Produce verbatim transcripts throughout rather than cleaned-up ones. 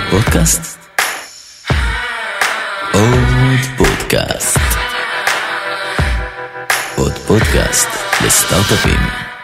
פודקאסט? עוד פודקאסט. עוד פודקאסט לסטארט-אפים.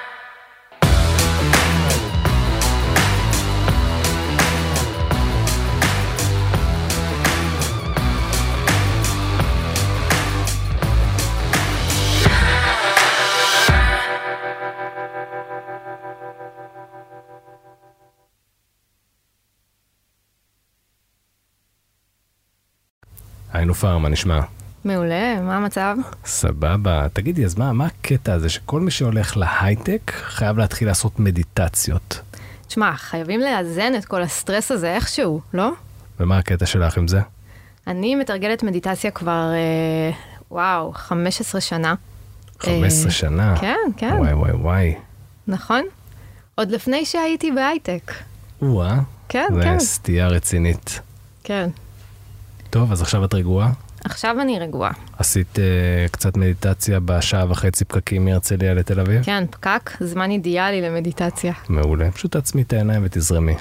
היי נופר, מה נשמע? מעולה, מה המצב? סבבה. תגידי, אז מה, מה הקטע הזה שכל מי שהולך להייטק חייב להתחיל לעשות מדיטציות? תשמע, חייבים לאזן את כל הסטרס הזה איכשהו, לא? ומה הקטע שלך עם זה? אני מתרגלת מדיטציה כבר, אה, וואו, חמש עשרה שנה. חמש עשרה אה, שנה? כן, כן. וואי וואי וואי. נכון? עוד לפני שהייתי בהייטק. וואה. כן, זה כן. סטייה רצינית. כן. טוב, אז עכשיו את רגועה? עכשיו אני רגועה. עשית uh, קצת מדיטציה בשעה וחצי פקקים מהרצליה לתל אביב? כן, פקק, זמן אידיאלי למדיטציה. מעולה. פשוט תעצמי את העיניים ותזרמי.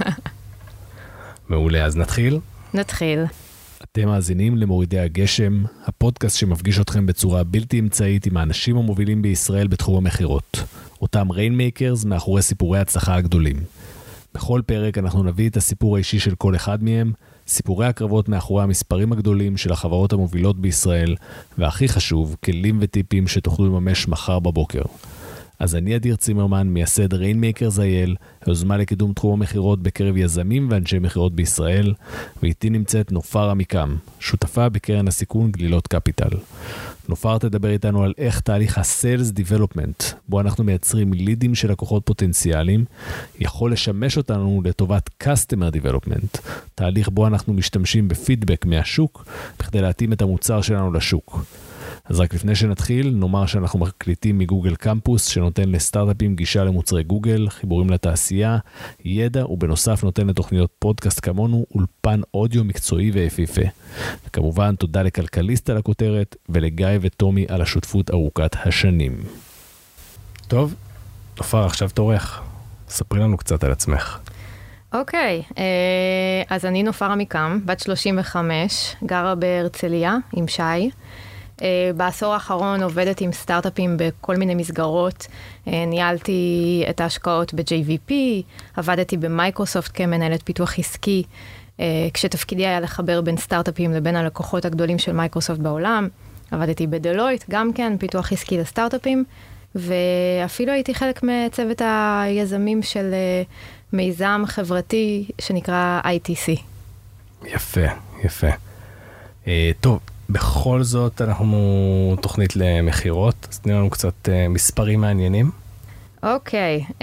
מעולה, אז נתחיל? נתחיל. אתם מאזינים למורידי הגשם, הפודקאסט שמפגיש אתכם בצורה בלתי אמצעית עם האנשים המובילים בישראל בתחום המחירות. אותם ריינמייקרס מאחורי סיפורי ההצלחה הגדולים. בכל פרק אנחנו נביא את הסיפור האישי של כל אחד מהם, סיפורי הקרבות מאחורי המספרים הגדולים של החברות המובילות בישראל, והכי חשוב, כלים וטיפים שתוכלו לממש מחר בבוקר. אז אני אדיר צימרמן, מייסד ריינמייקרס אייל, היוזמה לקידום תחום המחירות בקרב יזמים ואנשי מחירות בישראל, ואיתי נמצאת נופר עמיקם, שותפה בקרן הסיכון גלילות קפיטל. נופר תדבר איתנו על איך תהליך ה-Sales Development, בו אנחנו מייצרים לידים של לקוחות פוטנציאליים, יכול לשמש אותנו לטובת Customer Development, תהליך בו אנחנו משתמשים בפידבק מהשוק, בכדי להתאים את המוצר שלנו לשוק. אז רק לפני שנתחיל, נאמר שאנחנו מקליטים מגוגל קמפוס, שנותן לסטארט-אפים גישה למוצרי גוגל, חיבורים לתעשייה, ידע, ובנוסף נותן לתוכניות פודקאסט כמונו, אולפן אודיו מקצועי ויפיפה. וכמובן, תודה לכלכליסט על הכותרת, ולגיא וטומי על השותפות ארוכת השנים. טוב, נופר, עכשיו תורך. ספרי לנו קצת על עצמך. אוקיי, אז אני נופר עמיקם, בת שלושים וחמש, גרה בהרצליה עם שי. Uh, בעשור האחרון עובדת עם סטארט-אפים בכל מיני מסגרות, uh, ניהלתי את ההשקעות ב-ג'יי וי פי, עבדתי במייקרוסופט כמנהלת פיתוח עסקי, uh, כשתפקידי היה לחבר בין סטארט-אפים לבין הלקוחות הגדולים של מייקרוסופט בעולם, עבדתי בדלויט, גם כן פיתוח עסקי לסטארט-אפים, ואפילו הייתי חלק מצוות היזמים של uh, מיזם חברתי שנקרא איי טי סי. יפה, יפה. Uh, טוב, בכל זאת אנחנו תוכנית למחירות, אז תני לנו קצת uh, מספרים מעניינים. אוקיי, okay, um,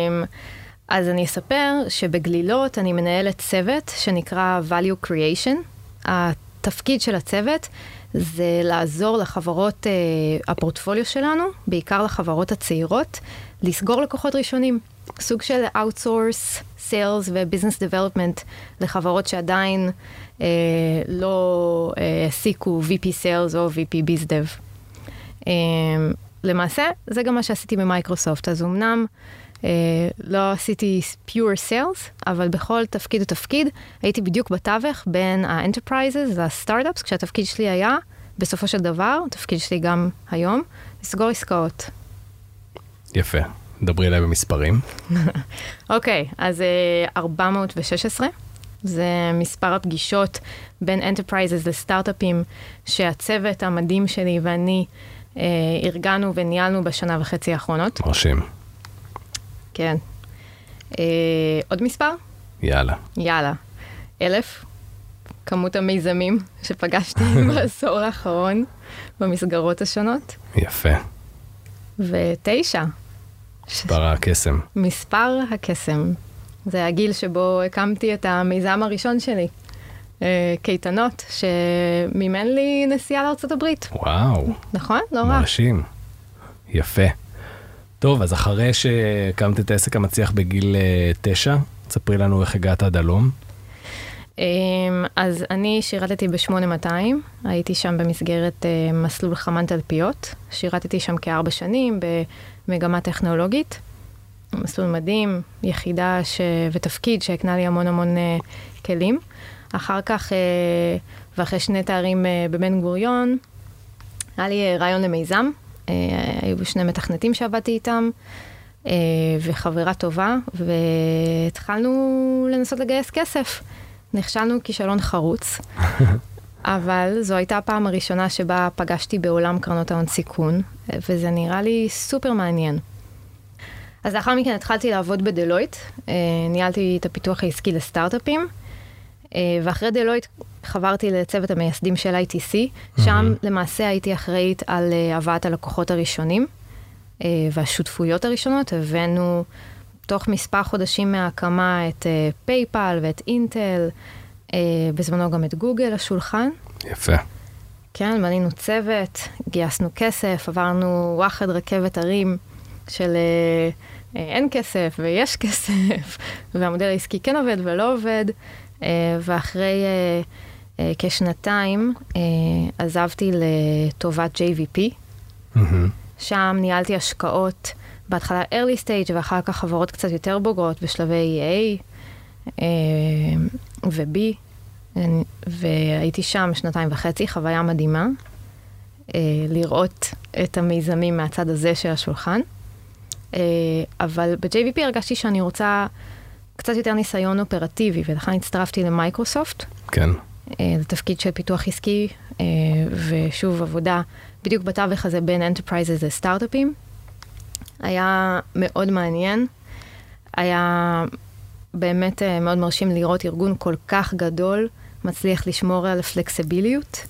אז אני אספר שבגלילות אני מנהלת צוות שנקרא Value Creation. התפקיד של הצוות זה לעזור לחברות uh, הפורטפוליו שלנו, בעיקר לחברות הצעירות, לסגור לקוחות ראשונים. סוג של Outsource, Sales ו-Business Development לחברות שעדיין אה, לא העסיקו אה, וי פי Sales או וי פי BizDev. אה, למעשה, זה גם מה שעשיתי במייקרוסופט. אז אמנם אה, לא עשיתי Pure Sales, אבל בכל תפקיד ותפקיד הייתי בדיוק בתווך בין ה-Enterprises וה-Startups, כשהתפקיד שלי היה, בסופו של דבר, התפקיד שלי גם היום, לסגור עסקאות. יפה. דברי אליי במספרים. אוקיי, אז ארבע מאות ושש עשרה, זה מספר הפגישות בין אנטרפרייזס לסטארט-אפים שהצוות המדהים שלי ואני אה, ארגנו וניהלנו בשנה וחצי האחרונות. מרשים. כן. אה, עוד מספר? יאללה. יאללה. אלף, כמות המיזמים שפגשתי בעשור האחרון במסגרות השונות. יפה. ותשע. מספר הקסם. מספר הקסם. זה הגיל שבו הקמתי את המיזם הראשון שלי. אה, קייטנות, שמימן לי נסיעה לארצות הברית. וואו. נכון? לא רע. מרשים. יפה. טוב, אז אחרי שהקמת את העסק המצליח בגיל תשע, תספרי לנו איך הגעת עד הלום. אה, אז אני שירתתי ב-שמונה מאתיים, הייתי שם במסגרת אה, מסלול חמן תלפיות. שירתתי שם כארבע שנים במגמה טכנולוגית. מסלול מדהים, יחידה ש... ותפקיד שהקנה לי המון המון uh, כלים. אחר כך, uh, ואחרי שני תארים uh, בבן גוריון, היה לי uh, רעיון למיזם. Uh, היו שני מתכנתים שעבדתי איתם, uh, וחברה טובה, והתחלנו לנסות לגייס כסף. נכשלנו כישלון חרוץ, אבל זו הייתה הפעם הראשונה שבה פגשתי בעולם קרנות ההון סיכון, וזה נראה לי סופר מעניין. אז לאחר מכן התחלתי לעבוד בדלויט, ניהלתי את הפיתוח העסקי לסטארט-אפים, ואחרי דלויט חברתי לצוות המייסדים של איי טי סי, שם למעשה הייתי אחראית על הבאת הלקוחות הראשונים, והשותפויות הראשונות. הבאנו תוך מספר חודשים מההקמה את פייפל ואת אינטל, בזמנו גם את גוגל לשולחן. יפה. כן, בנינו צוות, גייסנו כסף, עברנו וואחד רכבת הרים של אין כסף ויש כסף, והמודל העסקי כן עובד ולא עובד, ואחרי כשנתיים עזבתי לטובת ג'יי וי פי, שם ניהלתי השקעות, בהתחלה early stage ואחר כך חברות קצת יותר בוגרות בשלבי A ו-B, והייתי שם שנתיים וחצי, חוויה מדהימה, לראות את המיזמים מהצד הזה של השולחן. אבל ב-ג'יי וי פי הרגשתי שאני רוצה קצת יותר ניסיון אופרטיבי, ולכן הצטרפתי למייקרוסופט. כן. לתפקיד של פיתוח עסקי, ושוב עבודה בדיוק בתווך הזה בין אנטרפרייזס לסטארט-אפים. היה מאוד מעניין. היה באמת מאוד מרשים לראות ארגון כל כך גדול, מצליח לשמור על הפלקסיביליות.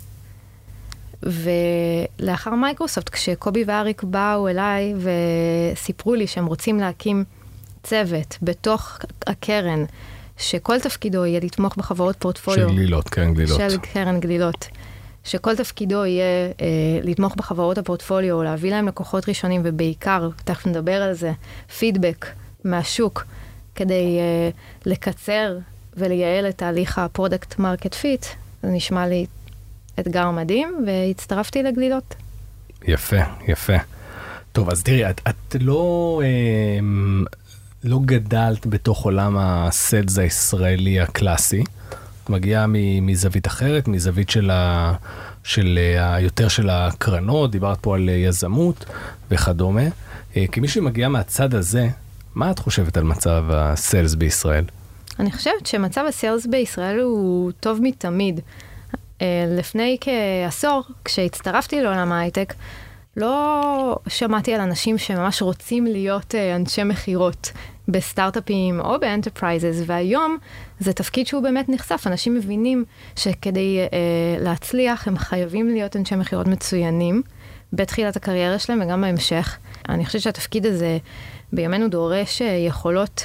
ולאחר מייקרוסופט, כשקובי ואריק באו אליי וסיפרו לי שהם רוצים להקים צוות בתוך הקרן, שכל תפקידו יהיה לתמוך בחברות פורטפוליו. של גלילות, קרן גלילות. של קרן גלילות. שכל תפקידו יהיה אה, לתמוך בחברות הפורטפוליו, להביא להם לקוחות ראשונים, ובעיקר, תכף נדבר על זה, פידבק מהשוק, כדי אה, לקצר ולייעל את תהליך הפרודקט מרקט פיט. זה נשמע לי אתגר מדהים, והצטרפתי לגלילות. יפה, יפה. טוב, אז תראי, את, את לא, אה, לא גדלת בתוך עולם הסלס הישראלי הקלאסי, את מגיעה מזווית אחרת, מזווית של, ה, של ה, יותר של הקרנות, דיברת פה על יזמות וכדומה. אה, כמי שמגיעה מהצד הזה, מה את חושבת על מצב הסלס בישראל? אני חושבת שמצב הסלס בישראל הוא טוב מתמיד. לפני כעשור, כשהצטרפתי לעולם ההייטק, לא שמעתי על אנשים שממש רוצים להיות אנשי מחירות בסטארט-אפים או באנטרפרייזס, והיום זה תפקיד שהוא באמת נחשף. אנשים מבינים שכדי להצליח הם חייבים להיות אנשי מחירות מצוינים בתחילת הקריירה שלהם וגם בהמשך. אני חושבת שהתפקיד הזה בימינו דורש יכולות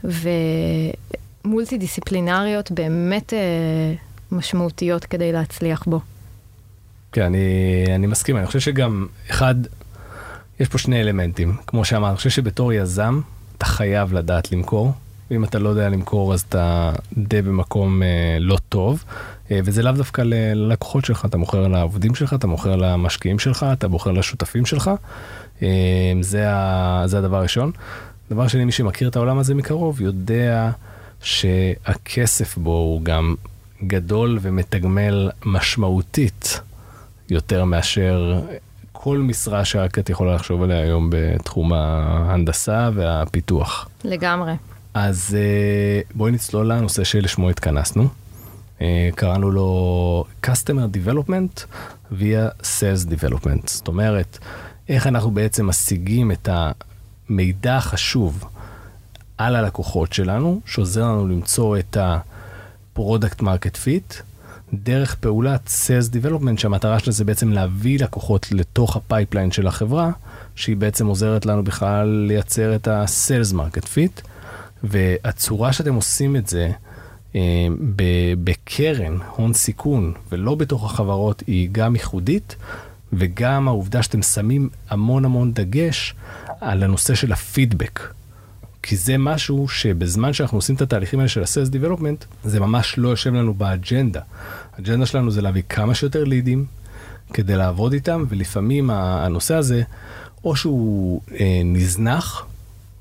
ומולטי-דיסציפלינריות באמת משמעותיות כדי להצליח בו. כן, אני, אני מסכים. אני חושב שגם, אחד, יש פה שני אלמנטים. כמו שאמר, אני חושב שבתור יזם, אתה חייב לדעת למכור. ואם אתה לא יודע למכור, אז אתה די במקום אה, לא טוב. אה, וזה לאו דווקא ללקוחות שלך. אתה מוכר לעובדים שלך, אתה מוכר למשקיעים שלך, אתה מוכר לשותפים שלך. אה, זה, ה, זה הדבר הראשון. דבר שני, מי שמכיר את העולם הזה מקרוב, יודע שהכסף בו הוא גם גדול ומתגמל משמעותית יותר מאשר כל משרה שרק את יכולה לחשוב עליה היום בתחום ההנדסה והפיתוח. לגמרי. אז בואי נצלול לנושא שלשמו התכנסנו. קראנו לו Customer Development via Sales Development. זאת אומרת, איך אנחנו בעצם משיגים את המידע החשוב על הלקוחות שלנו, שעוזר לנו למצוא את ה Product Market Fit, דרך פעולת Sales Development, שהמטרה שלה זה בעצם להביא לקוחות לתוך הפייפליין של החברה, שהיא בעצם עוזרת לנו בכלל לייצר את ה-Sales Market Fit, והצורה שאתם עושים את זה אה, בקרן, הון סיכון, ולא בתוך החברות, היא גם ייחודית, וגם העובדה שאתם שמים המון המון דגש על הנושא של הפידבק. כי זה משהו שבזמן שאנחנו עושים את התהליכים האלה של ה-Sales Development, זה ממש לא יושב לנו באג'נדה. האג'נדה שלנו זה להביא כמה שיותר לידים, כדי לעבוד איתם, ולפעמים הנושא הזה, או שהוא אה, נזנח,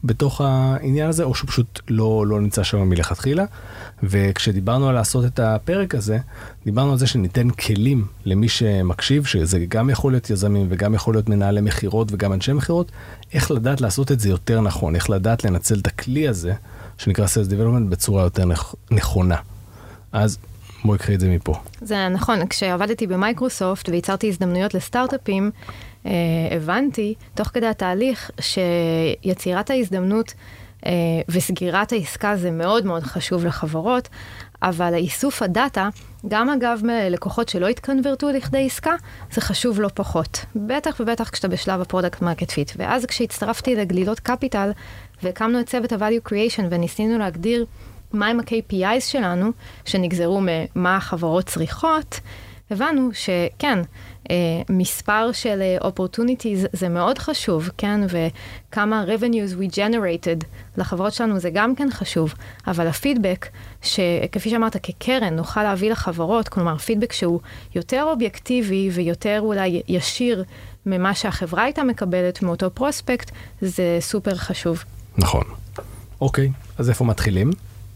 בתוך העניין הזה, או שהוא פשוט לא, לא נמצא שם מלכתחילה. וכשדיברנו על לעשות את הפרק הזה, דיברנו על זה שניתן כלים למי שמקשיב, שזה גם יכול להיות יזמים וגם יכול להיות מנהלי מחירות וגם אנשי מחירות, איך לדעת לעשות את זה יותר נכון, איך לדעת לנצל את הכלי הזה, שנקרא Sales Development, בצורה יותר נכונה. אז בואי קחי את זה מפה. זה נכון, כשעבדתי במייקרוסופט וייצרתי הזדמנויות לסטארט-אפים, אה, הבנתי, תוך כדי התהליך, שיצירת ההזדמנות אה, וסגירת העסקה זה מאוד מאוד חשוב לחברות, אבל האיסוף הדאטה, גם אגב מלקוחות שלא התקנברטו לכדי עסקה, זה חשוב לא פחות. בטח ובטח כשאתה בשלב הפרודקט מרקט פיט. ואז כשהצטרפתי לגלילות קפיטל, והקמנו את צוות ה-Value Creation וניסינו להגדיר מהם ה-קיי פי איז שלנו, שנגזרו ממה החברות צריכות, הבנו שכן, מספר של opportunities זה מאוד חשוב, כן, וכמה revenues we generated לחברות שלנו זה גם כן חשוב, אבל הפידבק, שכפי שאמרת, כקרן נוכל להביא לחברות, כלומר, פידבק שהוא יותר אובייקטיבי ויותר אולי ישיר ממה שהחברה הייתה מקבלת מאותו פרוספקט, זה סופר חשוב. נכון. אוקיי, אז איפה מתחילים?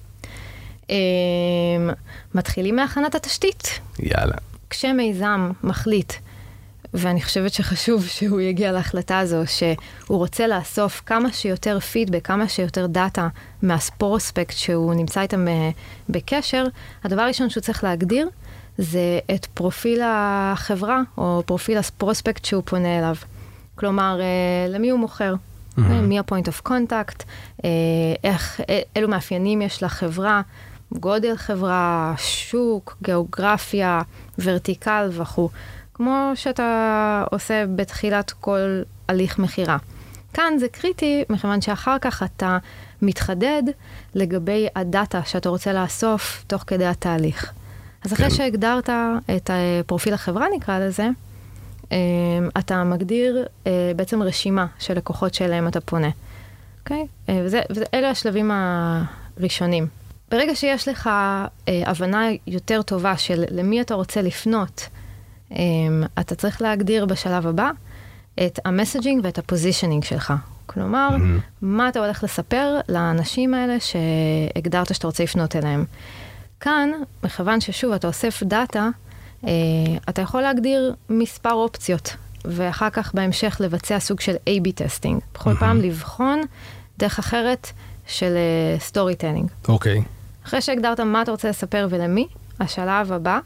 מתחילים מהכנת התשתית. יאללה. כשמיזם מחליט, ואני חושבת שחשוב שהוא יגיע להחלטה הזו, שהוא רוצה לאסוף כמה שיותר פידבק, כמה שיותר דאטה מהפרוספקט שהוא נמצא איתם בקשר, הדבר הראשון שהוא צריך להגדיר, זה את פרופיל החברה, או פרופיל הפרוספקט שהוא פונה אליו. כלומר, למי הוא מוכר? Mm-hmm. מי ה-point of contact? איך, אילו מאפיינים יש לחברה? גודל חברה, שוק, גיאוגרפיה, ורטיקל וכו'. כמו שאתה עושה בתחילת כל הליך מחירה. כאן זה קריטי, מכיוון שאחר כך אתה מתחדד לגבי הדאטה שאתה רוצה לאסוף תוך כדי התהליך. אז אחרי כן. שהגדרת את פרופיל החברה, נקרא לזה, אתה מגדיר בעצם רשימה של לקוחות שאליהם אתה פונה. אוקיי? וזה, ואלה השלבים הראשונים. ברגע שיש לך הבנה יותר טובה של למי אתה רוצה לפנות, אתה צריך להגדיר בשלב הבא את המסג'ינג ואת הפוזישנינג שלך. כלומר, mm-hmm. מה אתה הולך לספר לאנשים האלה שהגדרת שאתה רוצה לפנות אליהם. כאן, מכיוון ששוב אתה אוסף דאטה, אתה יכול להגדיר מספר אופציות, ואחר כך בהמשך לבצע סוג של איי בי טסטינג. בכל mm-hmm. פעם לבחון דרך אחרת של סטורי טיילינג. אוקיי. אחרי שהגדרת מה אתה רוצה לספר ולמי, השלב הבא,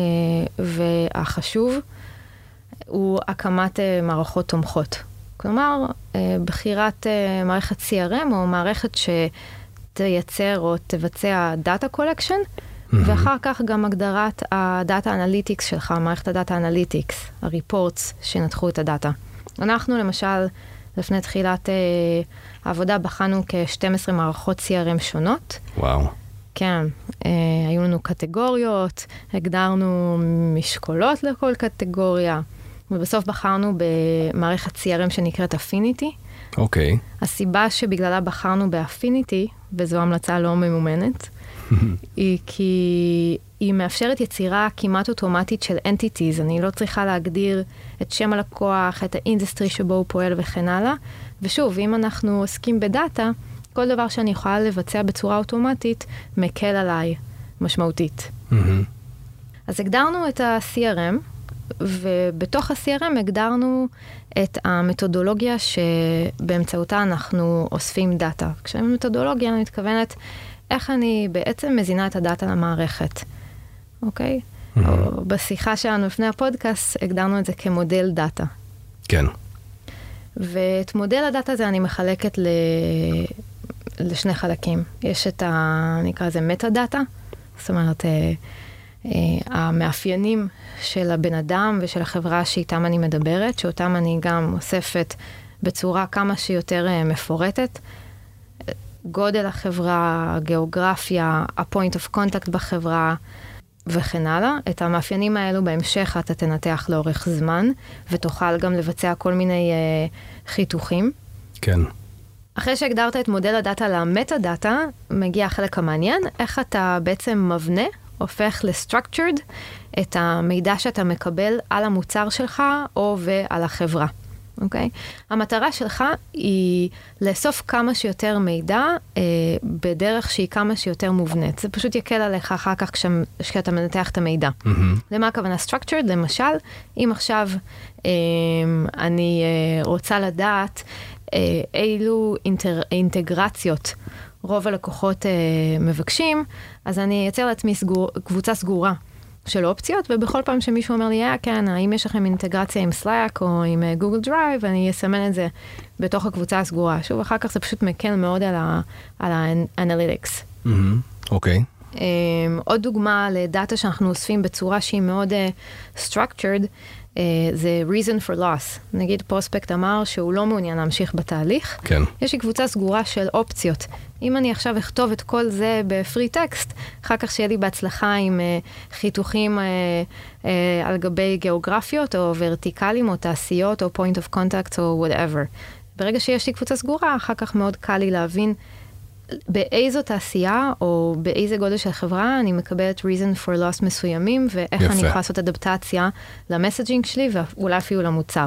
והחשוב, הוא הקמת מערכות תומכות. כלומר, בחירת מערכת סי אר אם, או מערכת שתייצר או תבצע דאטה קולקשן, mm-hmm. ואחר כך גם הגדרת הדאטה אנליטיקס שלך, מערכת הדאטה אנליטיקס, הריפורטס שנתחו את הדאטה. אנחנו למשל, לפני תחילת העבודה, בחנו כ-שתים עשרה מערכות סי אר אם שונות. וואו. כן, אה, היו לנו קטגוריות, הגדרנו משקולות לכל קטגוריה, ובסוף בחרנו במערכת סי אר אם שנקראת אפיניטי. אוקיי. הסיבה שבגללה בחרנו באפיניטי, וזו המלצה לא ממומנת, היא כי היא מאפשרת יצירה כמעט אוטומטית של entities. אני לא צריכה להגדיר את שם הלקוח, את האינדסטרי שבו הוא פועל וכן הלאה. ושוב, אם אנחנו עוסקים בדאטה, כל דבר שאני יכולה לבצע בצורה אוטומטית, מקל עליי משמעותית. Mm-hmm. אז הגדרנו את ה-סי אר אם, ובתוך ה-סי אר אם הגדרנו את המתודולוגיה שבאמצעותה אנחנו אוספים דאטה. כשאני מתודולוגיה, אני מתכוונת איך אני בעצם מזינה את הדאטה למערכת. אוקיי? Mm-hmm. או בשיחה שלנו לפני הפודקאסט, הגדרנו את זה כמודל דאטה. כן. ואת מודל הדאטה הזה אני מחלקת ל... לשני חלקים. יש את ה... נקרא לזה מטה-דאטה, זאת אומרת, אה, אה, המאפיינים של הבן אדם ושל החברה שאיתם אני מדברת, שאותם אני גם אוספת בצורה כמה שיותר אה, מפורטת. גודל החברה, גיאוגרפיה, ה-point of contact בחברה וכן הלאה. את המאפיינים האלו בהמשך אתה תנתח לאורך זמן, ותוכל גם לבצע כל מיני אה, חיתוכים. כן. אחרי שהגדרת את מודל הדאטה למטה-דאטה, מגיע החלק המעניין, איך אתה בעצם מבנה, הופך ל-structured, את המידע שאתה מקבל על המוצר שלך או ועל החברה. אוקיי? המטרה שלך היא לאסוף כמה שיותר מידע אה, בדרך שהיא כמה שיותר מובנית. זה פשוט יקל עליך אחר כך כשאתה מנתח את המידע. Mm-hmm. למה הכוונה structured? למשל, אם עכשיו אה, אני אה, רוצה לדעת אה, אילו אינטר, אינטגרציות רוב הלקוחות אה, מבקשים, אז אני אייצר לעצמי סגור, קבוצה סגורה של אופציות, ובכל פעם שמישהו אומר לי, אה, כן, האם יש לכם אינטגרציה עם Slack או עם גוגל דרייב, אני אסמן את זה בתוך הקבוצה הסגורה. שוב, אחר כך זה פשוט מקל מאוד על האנליטיקס. אוקיי. עוד דוגמה לדאטה שאנחנו אוספים בצורה שהיא מאוד uh, structured, uh, זה reason for loss. נגיד פרוספקט אמר שהוא לא מעוניין להמשיך בתהליך. כן. יש לי קבוצה סגורה של אופציות. אם אני עכשיו אכתוב את כל זה בפרי טקסט, אחר כך שיהיה לי בהצלחה עם uh, חיתוכים uh, uh, על גבי גיאוגרפיות או ורטיקלים או תעשיות או point of contact או whatever. ברגע שיש לי קבוצה סגורה, אחר כך מאוד קל לי להבין באיזו תעשייה או באיזה גודל של חברה אני מקבלת reason for loss מסוימים, ואיך יפה. אני יכולה לעשות אדפטציה למסג'ינג שלי ואולי אפילו למוצר.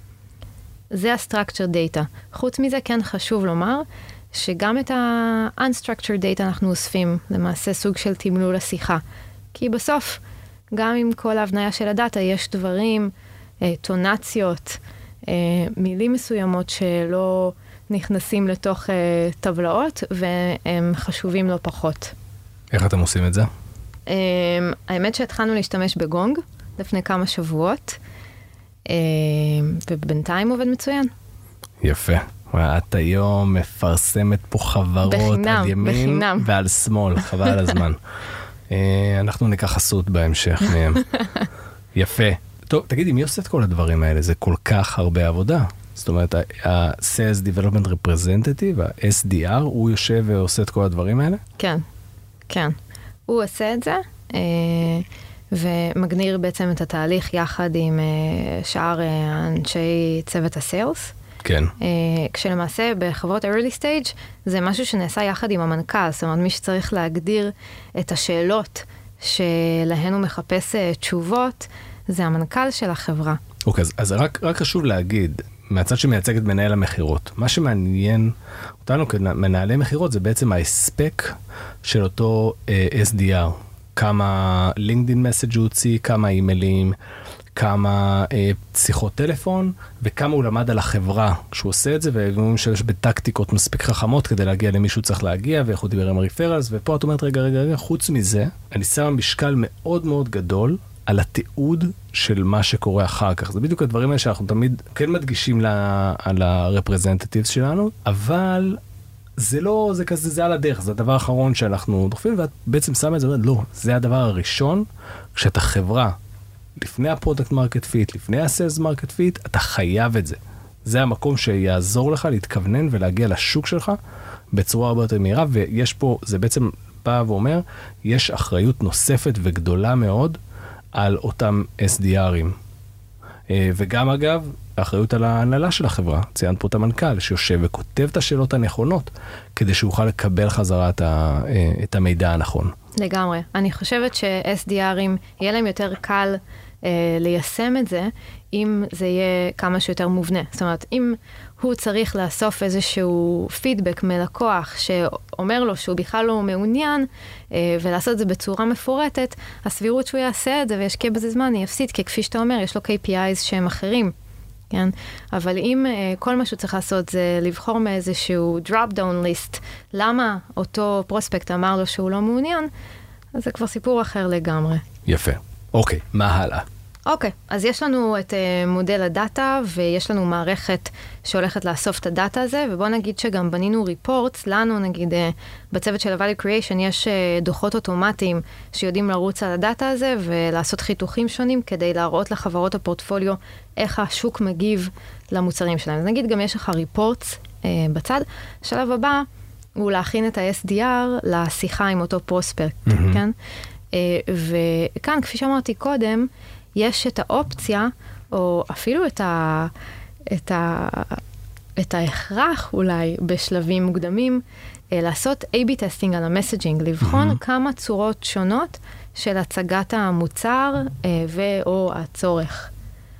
זה ה-structured data. חוץ מזה כן חשוב לומר שגם את ה-unstructured data אנחנו אוספים, למעשה סוג של תמלול השיחה. כי בסוף, גם עם כל ההבניה של הדאטה, יש דברים, אה, טונציות, אה, מילים מסוימות שלא נכנסים לתוך uh, טבלאות, והם חשובים לא פחות. איך אתם עושים את זה? Um, האמת שהתחלנו להשתמש בגונג, לפני כמה שבועות, um, ובינתיים עובד מצוין. יפה. את היום מפרסמת פה חברות בחינם, על ימין בחינם. ועל שמאל, חבל על הזמן. uh, אנחנו ניקח חסות בהמשך מהם. יפה. טוב, תגידי, מי עושה את כל הדברים האלה? זה כל כך הרבה עבודה. זאת אומרת, ה-Sales Development Representative, ה-אס די אר, הוא יושב ועושה את כל הדברים האלה? כן, כן. הוא עושה את זה, ומגניר בעצם את התהליך יחד עם שאר אנשי צוות הסיילס. כן. כשלמעשה בחברות ה-early stage, זה משהו שנעשה יחד עם המנכ"ל, זאת אומרת, מי שצריך להגדיר את השאלות שלהן הוא מחפש תשובות, זה המנכ"ל של החברה. אוקיי, אז, אז רק, רק חשוב להגיד, מהצד שמייצג את מנהל המחירות, מה שמעניין אותנו כמנהלי מחירות זה בעצם ההספק של אותו uh, אס די אר. כמה לינקדין מסאג' הוא הוציא, כמה אימיילים, כמה uh, שיחות טלפון, וכמה הוא למד על החברה כשהוא עושה את זה, והוא משתמש בטקטיקות מספיק חכמות כדי להגיע למישהו צריך להגיע, ואיך הוא דיבר עם הריפרלס, ופה את אומרת, רגע, רגע, רגע, חוץ מזה, אני שם משקל מאוד מאוד גדול, על התיעוד של מה שקורה אחר כך. זה בדיוק הדברים האלה שאנחנו תמיד כן מדגישים לה, על הרפרזנטטיבס שלנו, אבל זה לא, זה כזה, זה על הדרך, זה הדבר האחרון שאנחנו דוחפים, ואת בעצם שמה את זה, לא, זה הדבר הראשון, כשאתה חברה, לפני הפרודקט מרקט פיט, לפני הסיילס מרקט פיט, אתה חייב את זה. זה המקום שיעזור לך להתכוונן ולהגיע לשוק שלך בצורה הרבה יותר מהירה, ויש פה, זה בעצם בא ואומר, יש אחריות נוספת וגדולה מאוד, על אותם אס די ארים. וגם אגב, האחריות על ההנהלה של החברה. ציינת פה את המנכ"ל שיושב וכותב את השאלות הנכונות, כדי שיוכל לקבל חזרה את, ה, את המידע הנכון. לגמרי. אני חושבת ש-אס די ארים יהיה להם יותר קל אה, ליישם את זה, אם זה יהיה כמה שיותר מובנה. זאת אומרת, אם הוא צריך לאסוף איזשהו פידבק מלקוח שאומר לו שהוא בכלל לא מעוניין, אה, ולעשות את זה בצורה מפורטת, הסבירות שהוא יעשה את זה וישקיע בזה זמן, היא יפסיד, כי כפי שאתה אומר, יש לו קיי פי איז שהם אחרים. כן? אבל אם אה, כל מה שהוא צריך לעשות זה לבחור מאיזשהו drop down list, למה אותו פרוספקט אמר לו שהוא לא מעוניין, אז זה כבר סיפור אחר לגמרי. יפה. אוקיי, מה הלאה? אוקיי, אז יש לנו את uh, מודל הדאטה, ויש לנו מערכת שהולכת לאסוף את הדאטה הזה, ובוא נגיד שגם בנינו ריפורטס, לנו נגיד uh, בצוות של ה-Value Creation יש uh, דוחות אוטומטיים שיודעים לרוץ על הדאטה הזה, ולעשות חיתוכים שונים כדי להראות לחברות הפורטפוליו איך השוק מגיב למוצרים שלהם. אז נגיד גם יש לך ריפורטס uh, בצד. השלב הבא הוא להכין את ה-אס די אר לשיחה עם אותו פרוספקט, mm-hmm. כן? Uh, וכאן, כפי שאמרתי קודם, יש את האופציה, או אפילו את, ה, את, ה, את ההכרח אולי בשלבים מוקדמים, לעשות איי בי טסטינג על המסג'ינג, לבחון mm-hmm. כמה צורות שונות של הצגת המוצר ו/או הצורך.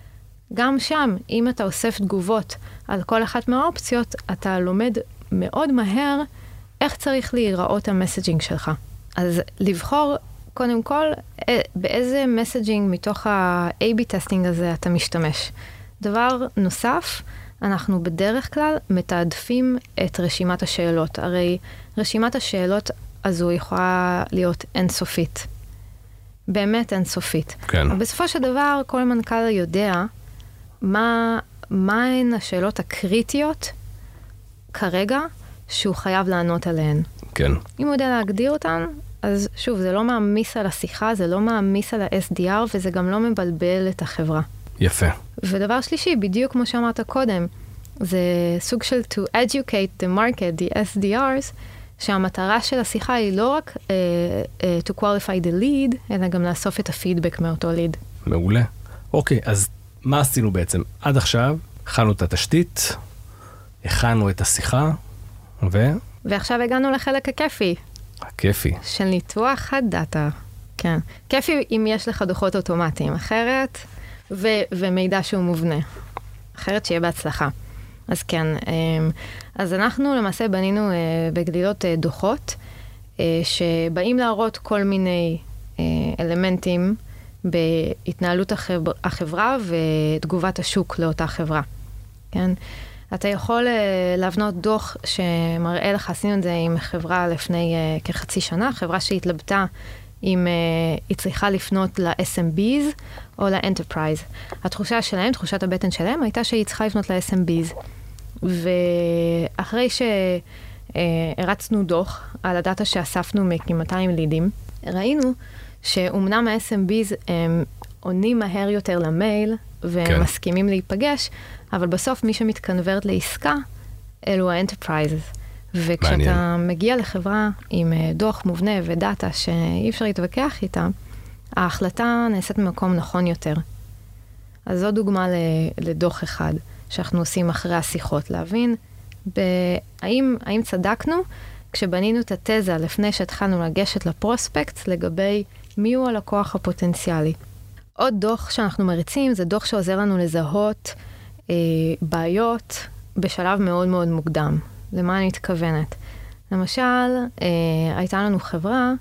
גם שם, אם אתה אוסף תגובות על כל אחת מהאופציות, אתה לומד מאוד מהר איך צריך להיראות המסג'ינג שלך. אז לבחור קודם כל באיזה מסג'ינג מתוך ה-איי בי טסטינג הזה אתה משתמש. דבר נוסף, אנחנו בדרך כלל מתעדפים את רשימת השאלות. הרי רשימת השאלות הזו יכולה להיות אינסופית. באמת אינסופית. כן. בסופו של דבר, כל מנכ"ל יודע מה, מה הן השאלות הקריטיות כרגע שהוא חייב לענות עליהן. כן. אם הוא יודע להגדיר אותן, אז שוב, זה לא מעמיס על השיחה, זה לא מעמיס על ה-אס די אר, וזה גם לא מבלבל את החברה. יפה. ודבר שלישי, בדיוק כמו שאמרת קודם, זה סוג של to educate the market, the אס די ארס, שהמטרה של השיחה היא לא רק uh, uh, to qualify the lead, אלא גם לאסוף את הפידבק מאותו lead. מעולה. אוקיי, אז מה עשינו בעצם? עד עכשיו, הכנו את התשתית, הכנו את השיחה, ו... ועכשיו הגענו לחלק הכיפי. הכיפי. של ניתוח הדאטה. כן. כיפי אם יש לך דוחות אוטומטיים, אחרת, ו- ומידע שהוא מובנה. אחרת שיהיה בהצלחה. אז כן, אז אנחנו למעשה בנינו בגלילות דוחות, שבאים להראות כל מיני אלמנטים בהתנהלות החבר- החברה ותגובת השוק לאותה חברה. כן? אתה יכול להבנות דוח שמראה לך, עשינו את זה עם חברה לפני כחצי שנה, חברה שהתלבטה אם היא צריכה לפנות ל-אס אם ביז או ל-Enterprise. התחושה שלהם, תחושת הבטן שלהם, הייתה שהיא צריכה לפנות ל-אס אם ביז. ואחרי שהרצנו דוח על הדאטה שאספנו מ-מאתיים לידים, ראינו שאומנם ה-אס אם ביז הם עונים מהר יותר למייל, והם כן. מסכימים להיפגש, אבל בסוף מי שמתקנברט לעסקה, אלו ה-Enterprises. וכשאתה מעניין. מגיע לחברה עם דוח מובנה ודאטה שאי אפשר להתווכח איתה, ההחלטה נעשית במקום נכון יותר. אז זו דוגמה לדוח אחד שאנחנו עושים אחרי השיחות, להבין האם, האם צדקנו כשבנינו את התזה לפני שהתחלנו לגשת לפרוספקט לגבי מי הוא הלקוח הפוטנציאלי. עוד דוח שאנחנו מריצים זה דוח שעוזר לנו לזהות אה, בעיות בשלב מאוד מאוד מוקדם. למה אני מתכוונת? למשל, אה, הייתה לנו חברה,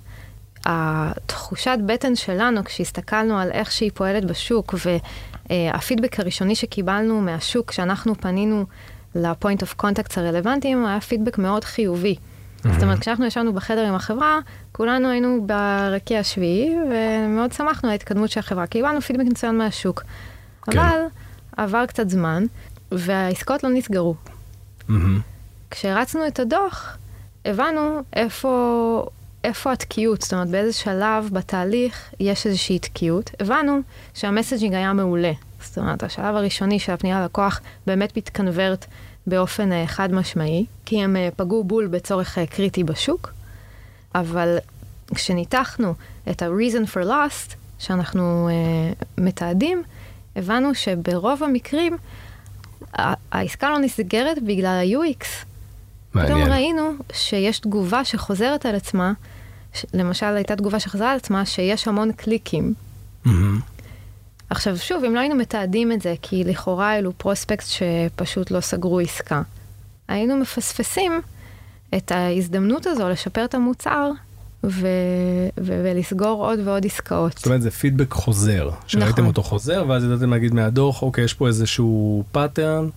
התחושת בטן שלנו כשהסתכלנו על איך שהיא פועלת בשוק והפידבק הראשוני שקיבלנו מהשוק כשאנחנו פנינו לפוינט אוף קונטקט הרלוונטיים, היה פידבק מאוד חיובי. Mm-hmm. זאת אומרת, כשאנחנו ישבנו בחדר עם החברה, כולנו היינו ברקיע השביעי, ומאוד שמחנו על ההתקדמות של החברה, כי קיבלנו פידבק מצוין מהשוק. כן. אבל עבר קצת זמן, והעסקאות לא נסגרו. Mm-hmm. כשרצנו את הדוח, הבנו איפה, איפה התקיעות, זאת אומרת, באיזה שלב בתהליך יש איזושהי תקיעות. הבנו שהמסג'ינג היה מעולה. זאת אומרת, השלב הראשוני של הפנייה ללקוח באמת מתקנברט באופן uh, חד משמעי, כי הם uh, פגעו בול בצורך uh, קריטי בשוק, אבל כשניתחנו את ה-reason for lost, שאנחנו uh, מתעדים, הבנו שברוב המקרים, העסקה לא נסגרת בגלל ה-יו אקס. פתאום ראינו שיש תגובה שחוזרת על עצמה, ש... למשל הייתה תגובה שחזרה על עצמה, שיש המון קליקים. Mm-hmm. עכשיו שוב, אם לא היינו מתעדים את זה, כי לכאורה אלו פרוספקט שפשוט לא סגרו עסקה, היינו מפספסים את ההזדמנות הזו לשפר את המוצר, ו... ו... ולסגור עוד ועוד עסקאות. זאת אומרת, זה פידבק חוזר, שראיתם נכון. אותו חוזר, ואז ידעתם להגיד מהדוח, אוקיי, יש פה איזשהו פאטרן,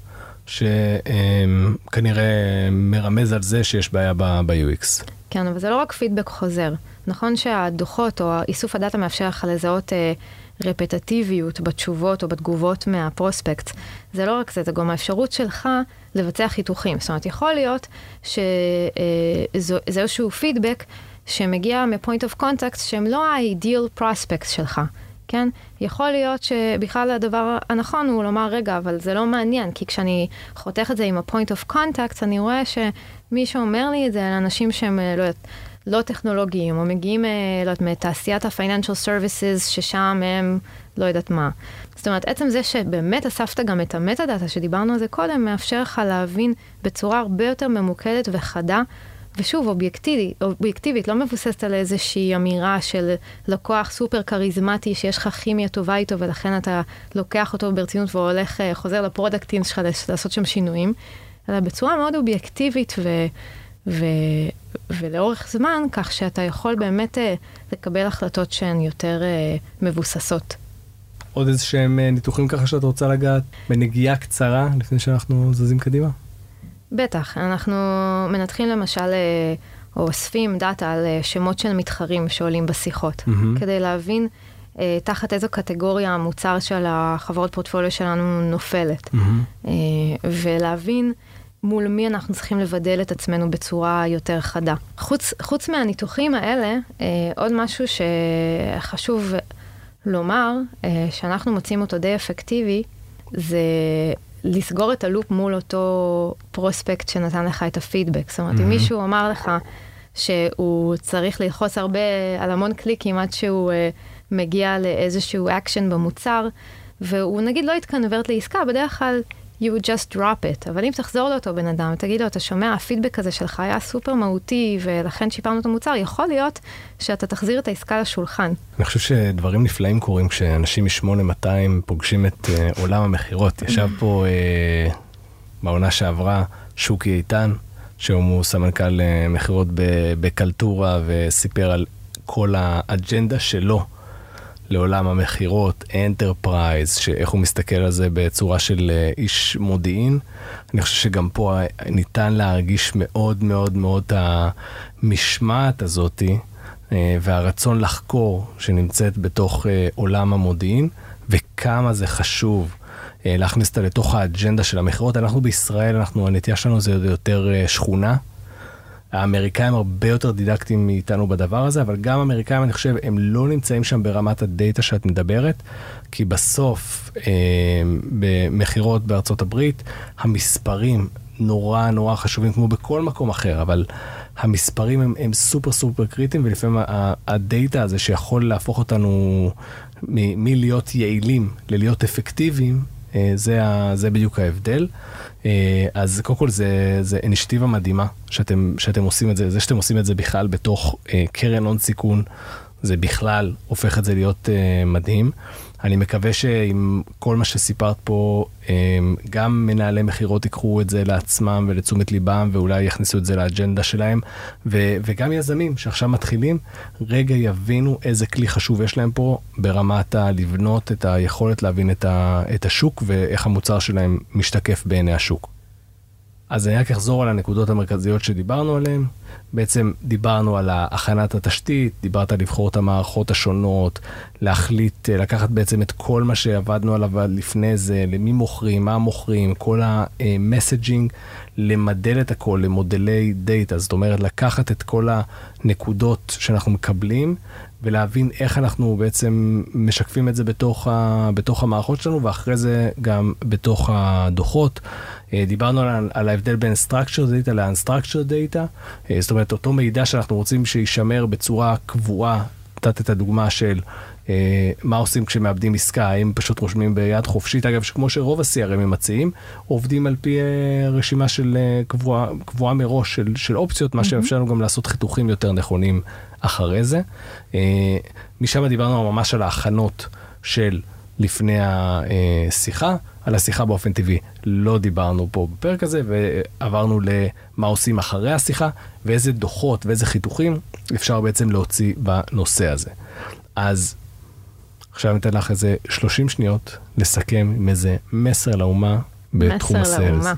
שכנראה מרמז על זה שיש בעיה ב-יו אקס. כן, אבל זה לא רק פידבק חוזר. נכון שהדוחות או איסוף הדאטה מאפשר לך לזהות אה, רפטטיביות בתשובות או בתגובות מהפרוספקט. זה לא רק זה, זה גם האפשרות שלך לבצע חיתוכים. זאת אומרת, יכול להיות שזה אה, איזשהו פידבק שמגיע מ-point of contact שהם לא ה-ideal prospects שלך. כן? יכול להיות שבכלל הדבר הנכון הוא לומר, רגע, אבל זה לא מעניין, כי כשאני חותך את זה עם ה-point of contact, אני רואה שמי שאומר לי את זה, על אנשים שהם לא, לא טכנולוגיים, או מגיעים לא יודעת, מתעשיית ה-financial services, ששם הם לא יודעת מה. זאת אומרת, עצם זה שבאמת אספת גם את המטה-דאטה, שדיברנו על זה קודם, מאפשר לך להבין בצורה הרבה יותר ממוקדת וחדה, ושוב, אובייקטיבית, אובייקטיבית, לא מבוססת על איזושהי אמירה של לקוח סופר קריזמטי, שיש לך כימיה טובה איתו, ולכן אתה לוקח אותו ברצינות והולך, חוזר לפרודקטים שלך לעשות שם שינויים, אלא בצורה מאוד אובייקטיבית ו... ו... ולאורך זמן, כך שאתה יכול באמת לקבל החלטות שהן יותר מבוססות. עוד איזה שהם ניתוחים ככה שאת רוצה לגעת בנגיעה קצרה לפני שאנחנו זזים קדימה? בטח, אנחנו מנתחים למשל או אוספים דאטה על שמות של מתחרים שעולים בשיחות, mm-hmm. כדי להבין אה, תחת איזו קטגוריה המוצר של החברות פורטפוליו שלנו נופלת, mm-hmm. אה, ולהבין מול מי אנחנו צריכים לבדל את עצמנו בצורה יותר חדה. חוץ, חוץ מהניתוחים האלה, אה, עוד משהו שחשוב לומר, אה, שאנחנו מוצאים אותו די אפקטיבי, זה לסגור את הלופ מול אותו פרוספקט שנתן לך את הפידבק. זאת אומרת, mm-hmm. אם מישהו אמר לך שהוא צריך ללחוץ הרבה על המון קליקים עד שהוא uh, מגיע לאיזשהו אקשן במוצר, והוא נגיד לא יתקנברט לעסקה, בדרך כלל you would just drop it. אבל אם תחזור לאותו בן אדם, תגיד לו, אתה שומע, הפידבק הזה שלך היה סופר מהותי, ולכן שיפרנו את המוצר, יכול להיות שאתה תחזיר את העסקה לשולחן. אני חושב שדברים נפלאים קורים כשאנשים מ-שמונה מאתיים פוגשים את uh, עולם המחירות. ישב פה uh, בעונה שעברה שוקי איתן, שהוא סמנכ"ל uh, מחירות בקלטורה, וסיפר על כל האג'נדה שלו, לעולם המחירות, אנטרפרייז, שאיך הוא מסתכל על זה בצורה של איש מודיעין. אני חושב שגם פה ניתן להרגיש מאוד מאוד מאוד המשמעת הזאת, והרצון לחקור שנמצאת בתוך עולם המודיעין, וכמה זה חשוב להכניס אותה לתוך האג'נדה של המחירות. אנחנו בישראל, אנחנו, הנטייה שלנו זה יותר שכונה, האמריקאים הרבה יותר דידקטיים מאיתנו בדבר הזה, אבל גם האמריקאים, אני חושב, הם לא נמצאים שם ברמת הדאטה שאת מדברת, כי בסוף, אה, במחירות בארצות הברית, המספרים נורא נורא חשובים, כמו בכל מקום אחר, אבל המספרים הם, הם סופר סופר קריטיים, ולפעמים הדאטה הזה שיכול להפוך אותנו מ- מלהיות יעילים ללהיות אפקטיביים, זה, זה בדיוק ההבדל. אז קודם כל זה, זה אנישטיבה מדהימה שאתם, שאתם עושים את זה. זה שאתם עושים את זה בכלל בתוך קרן הון סיכון, זה בכלל הופך את זה להיות מדהים. אני מקווה שעם כל מה שסיפרת פה, גם מנהלי מחירות יקחו את זה לעצמם ולתשומת ליבם, ואולי יכניסו את זה לאג'נדה שלהם, ו- וגם יזמים שעכשיו מתחילים, רגע יבינו איזה כלי חשוב יש להם פה, ברמת לבנות את היכולת להבין את, ה- את השוק, ואיך המוצר שלהם משתקף בעיני השוק. אז אני רק אחזור על הנקודות המרכזיות שדיברנו עליהן. בעצם דיברנו על הכנת התשתית, דיברת על לבחור את המערכות השונות, להחליט, לקחת בעצם את כל מה שעבדנו עליו לפני זה, למי מוכרים, מה מוכרים, כל המסג'ינג, למדל את הכל, למודלי דאטה. זאת אומרת, לקחת את כל הנקודות שאנחנו מקבלים, ולהבין איך אנחנו בעצם משקפים את זה בתוך, ה, בתוך המערכות שלנו, ואחרי זה גם בתוך הדוחות. דיברנו על, על ההבדל בין structured data ל-unstructured data, זאת אומרת, אותו מידע שאנחנו רוצים שישמר בצורה קבועה, נתת את הדוגמה של אה, מה עושים כשמאבדים עסקה, האם פשוט רושמים ביד חופשית, אגב, שכמו שרוב ה-סי אר אם מציעים, עובדים על פי אה, רשימה של אה, קבועה, קבועה מראש של, של אופציות, מה שאפשר לנו גם לעשות חיתוכים יותר נכונים אחרי זה. אה, משם דיברנו ממש על ההכנות של לפני השיחה, על השיחה באופן טבעי לא דיברנו פה בפרק הזה, ועברנו למה עושים אחרי השיחה, ואיזה דוחות ואיזה חיתוכים אפשר בעצם להוציא בנושא הזה. אז עכשיו ניתן לך איזה שלושים שניות לסכם עם איזה מסר לאומה בתחום הסיילס. מסר לאומה.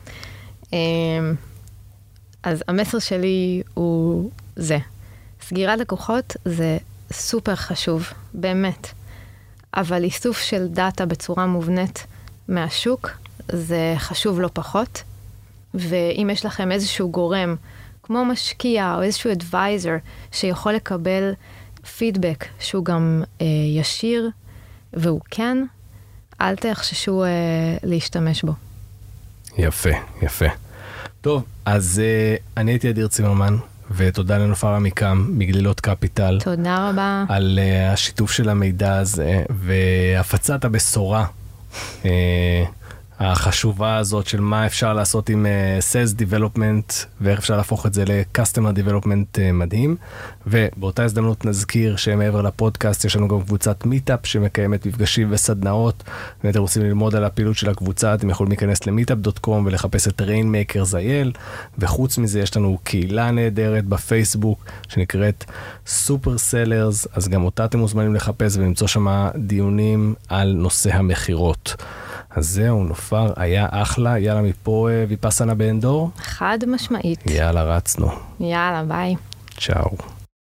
אז המסר שלי הוא זה. סגירת לקוחות זה סופר חשוב, באמת. אבל איסוף של דאטה בצורה מובנית מהשוק, זה חשוב לא פחות. ואם יש לכם איזשהו גורם, כמו משקיע או איזשהו אדוויזר, שיכול לקבל פידבק שהוא גם אה, ישיר, והוא כן, אל תחששו אה, להשתמש בו. יפה, יפה. טוב, אז אה, אני הייתי אדיר צימרמן, ותודה לנופר עמיקם מגלילות קפיטל. תודה רבה. על uh, השיתוף של המידע הזה, והפצת הבשורה. Uh, החשובה הזאת של מה אפשר לעשות עם uh, Sales Development ואיך אפשר להפוך את זה ל-Customer Development uh, מדהים. ובאותה הזדמנות נזכיר שמעבר לפודקאסט יש לנו גם קבוצת מיטאפ שמקיימת מפגשים וסדנאות, ואם אתם רוצים ללמוד על הפעילות של הקבוצה אתם יכולים להיכנס ל-מיטאפ דוט קום ולחפש את Rainmakers אייל, וחוץ מזה יש לנו קהילה נהדרת בפייסבוק שנקראת Super Sellers, אז גם אותה אתם מוזמנים לחפש ולמצוא שם דיונים על נושא המחירות. אז זהו, נופר, היה אחלה, יאללה מפה ויפסנה באנדור. חד משמעית. יאללה, רצנו. יאללה, ביי. צ'או.